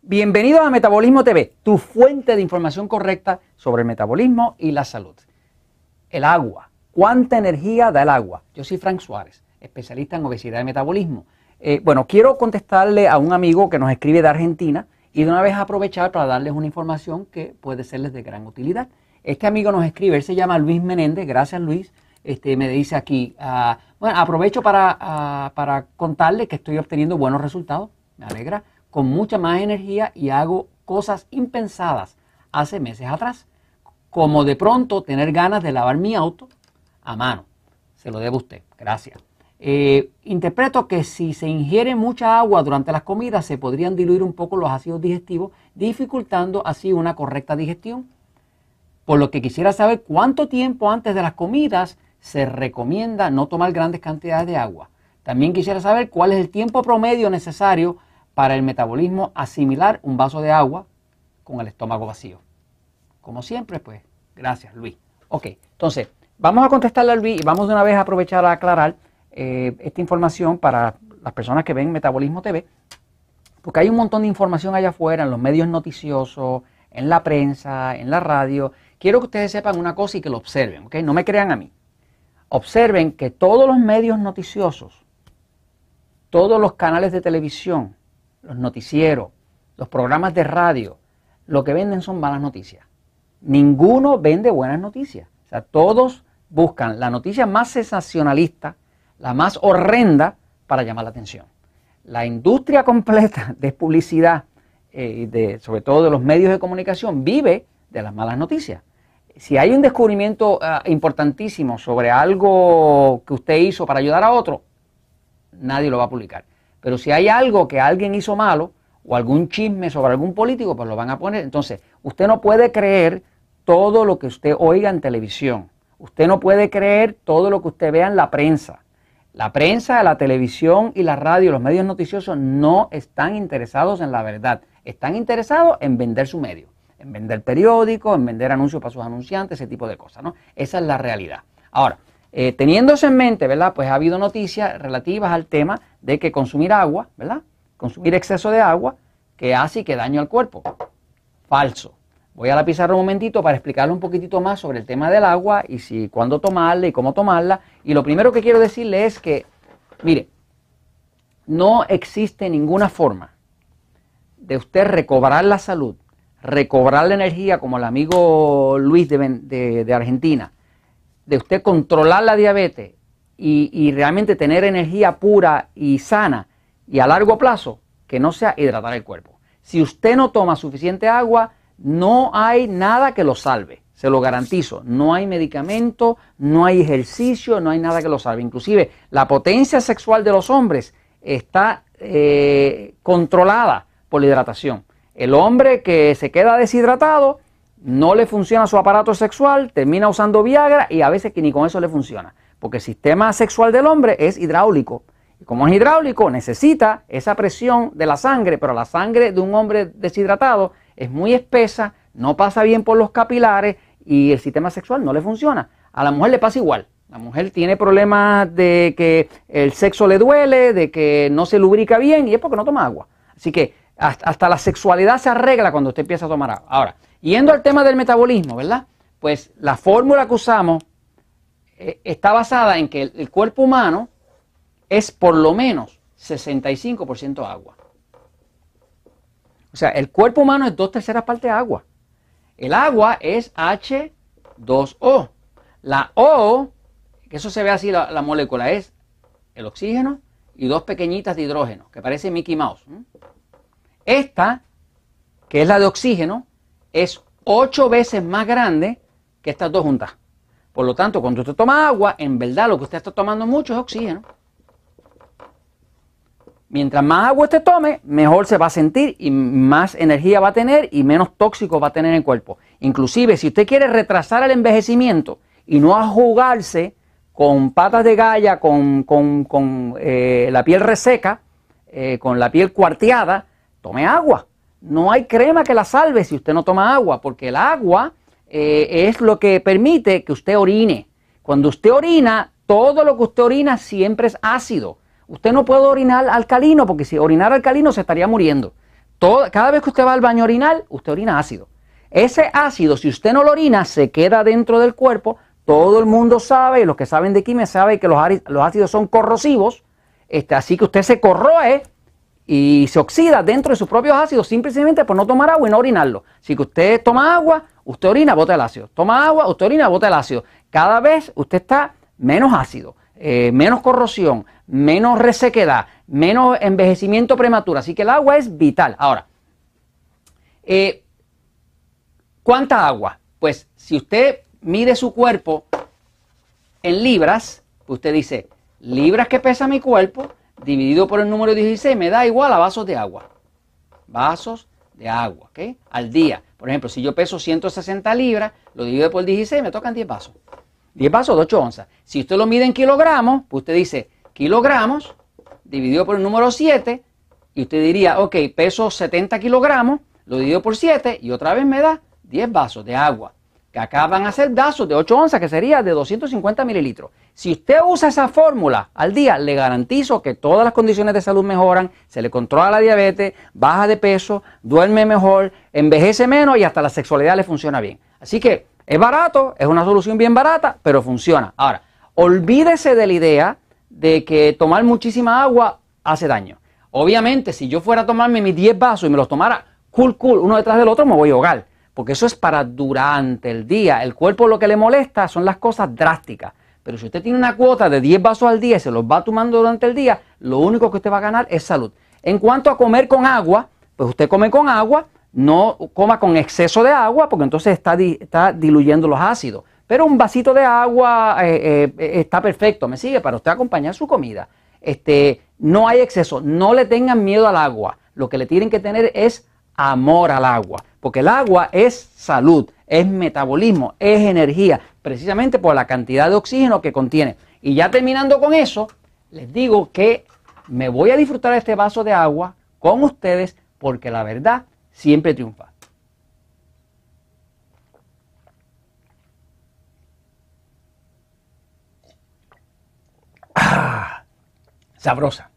Bienvenidos a Metabolismo TV, tu fuente de información correcta sobre el metabolismo y la salud. El agua. ¿Cuánta energía da el agua? Yo soy Frank Suárez, especialista en obesidad y metabolismo. Quiero contestarle a un amigo que nos escribe de Argentina y de una vez aprovechar para darles una información que puede serles de gran utilidad. Este amigo nos escribe, él se llama Luis Menéndez. Gracias, Luis. Me dice aquí, aprovecho para contarle que estoy obteniendo buenos resultados, me alegra, con mucha más energía y hago cosas impensadas hace meses atrás, como de pronto tener ganas de lavar mi auto a mano. Se lo debo a usted, gracias. Interpreto que si se ingiere mucha agua durante las comidas se podrían diluir un poco los ácidos digestivos, dificultando así una correcta digestión. Por lo que quisiera saber cuánto tiempo antes de las comidas se recomienda no tomar grandes cantidades de agua. También quisiera saber cuál es el tiempo promedio necesario para el metabolismo asimilar un vaso de agua con el estómago vacío. Como siempre, pues, gracias, Luis. Ok, entonces, vamos a contestarle a Luis y vamos de una vez a aprovechar a aclarar esta información para las personas que ven Metabolismo TV, porque hay un montón de información allá afuera, en los medios noticiosos, en la prensa, en la radio. Quiero que ustedes sepan una cosa y que lo observen, ¿ok? No me crean a mí. Observen que todos los medios noticiosos, todos los canales de televisión, los noticieros, los programas de radio, lo que venden son malas noticias. Ninguno vende buenas noticias. O sea, todos buscan la noticia más sensacionalista, la más horrenda para llamar la atención. La industria completa de publicidad, sobre todo de los medios de comunicación, vive de las malas noticias. Si hay un descubrimiento importantísimo sobre algo que usted hizo para ayudar a otro, nadie lo va a publicar. Pero si hay algo que alguien hizo malo o algún chisme sobre algún político, pues lo van a poner. Entonces, usted no puede creer todo lo que usted oiga en televisión. Usted no puede creer todo lo que usted vea en la prensa. La prensa, la televisión y la radio, los medios noticiosos no están interesados en la verdad. Están interesados en vender su medio, en vender periódicos, en vender anuncios para sus anunciantes, ese tipo de cosas, ¿no? Esa es la realidad. Ahora, teniendo eso en mente, ¿verdad? Pues ha habido noticias relativas al tema de que consumir agua, ¿verdad? Consumir exceso de agua, que hace y que daño al cuerpo. Falso. Voy a la pizarra un momentito para explicarle un poquitito más sobre el tema del agua y si cuándo tomarla y cómo tomarla. Y lo primero que quiero decirle es que, mire, no existe ninguna forma de usted recobrar la salud, recobrar la energía como el amigo Luis de Argentina, de usted controlar la diabetes y realmente tener energía pura y sana y a largo plazo, que no sea hidratar el cuerpo. Si usted no toma suficiente agua, no hay nada que lo salve, se lo garantizo. No hay medicamento, no hay ejercicio, no hay nada que lo salve. Inclusive la potencia sexual de los hombres está controlada por la hidratación. El hombre que se queda deshidratado, no le funciona su aparato sexual, termina usando Viagra y a veces que ni con eso le funciona. Porque el sistema sexual del hombre es hidráulico. Y como es hidráulico, necesita esa presión de la sangre, pero la sangre de un hombre deshidratado es muy espesa, no pasa bien por los capilares y el sistema sexual no le funciona. A la mujer le pasa igual. La mujer tiene problemas de que el sexo le duele, de que no se lubrica bien y es porque no toma agua. Así que hasta la sexualidad se arregla cuando usted empieza a tomar agua. Ahora, yendo al tema del metabolismo, ¿verdad? Pues la fórmula que usamos está basada en que el cuerpo humano es por lo menos 65% agua. O sea, el cuerpo humano es 2/3 partes agua. El agua es H2O. La O, que eso se ve así la molécula, es el oxígeno y dos pequeñitas de hidrógeno, que parece Mickey Mouse. Esta, que es la de oxígeno, es 8 veces más grande que estas dos juntas. Por lo tanto, cuando usted toma agua, en verdad lo que usted está tomando mucho es oxígeno. Mientras más agua usted tome, mejor se va a sentir y más energía va a tener y menos tóxico va a tener en el cuerpo. Inclusive, si usted quiere retrasar el envejecimiento y no ajugarse con patas de galla, con la piel reseca, con la piel cuarteada, tome agua. No hay crema que la salve si usted no toma agua, porque el agua es lo que permite que usted orine. Cuando usted orina, todo lo que usted orina siempre es ácido. Usted no puede orinar alcalino, porque si orinar alcalino se estaría muriendo. Cada vez que usted va al baño a orinar, usted orina ácido. Ese ácido, si usted no lo orina, se queda dentro del cuerpo. Todo el mundo sabe, y los que saben de química saben que los ácidos son corrosivos. Así que usted se corroe y se oxida dentro de sus propios ácidos simplemente por no tomar agua y no orinarlo. Así que usted toma agua, usted orina, bota el ácido. Toma agua, usted orina, bota el ácido. Cada vez usted está menos ácido, menos corrosión, menos resequedad, menos envejecimiento prematuro. Así que el agua es vital. Ahora, ¿cuánta agua? Pues si usted mide su cuerpo en libras, usted dice, libras que pesa mi cuerpo, dividido por el número 16, me da igual a vasos de agua. Vasos de agua, ¿ok? Al día. Por ejemplo, si yo peso 160 libras, lo divido por 16, me tocan 10 vasos. 10 vasos de 8 onzas. Si usted lo mide en kilogramos, pues usted dice kilogramos dividido por el número 7, y usted diría, ok, peso 70 kilogramos, lo divido por 7, y otra vez me da 10 vasos de agua. Que acá van a ser vasos de 8 onzas, que sería de 250 mililitros. Si usted usa esa fórmula al día, le garantizo que todas las condiciones de salud mejoran, se le controla la diabetes, baja de peso, duerme mejor, envejece menos y hasta la sexualidad le funciona bien. Así que es barato, es una solución bien barata, pero funciona. Ahora, olvídese de la idea de que tomar muchísima agua hace daño. Obviamente, si yo fuera a tomarme mis 10 vasos y me los tomara cool, uno detrás del otro, me voy a ahogar. Porque eso es para durante el día. El cuerpo lo que le molesta son las cosas drásticas. Pero si usted tiene una cuota de 10 vasos al día y se los va tomando durante el día, lo único que usted va a ganar es salud. En cuanto a comer con agua, pues usted come con agua, no coma con exceso de agua, porque entonces está diluyendo los ácidos. Pero un vasito de agua está perfecto, ¿me sigue? Para usted acompañar su comida. No hay exceso, no le tengan miedo al agua. Lo que le tienen que tener es amor al agua, porque el agua es salud, es metabolismo, es energía, precisamente por la cantidad de oxígeno que contiene. Y ya terminando con eso, les digo que me voy a disfrutar de este vaso de agua con ustedes, porque la verdad siempre triunfa. Sabrosa.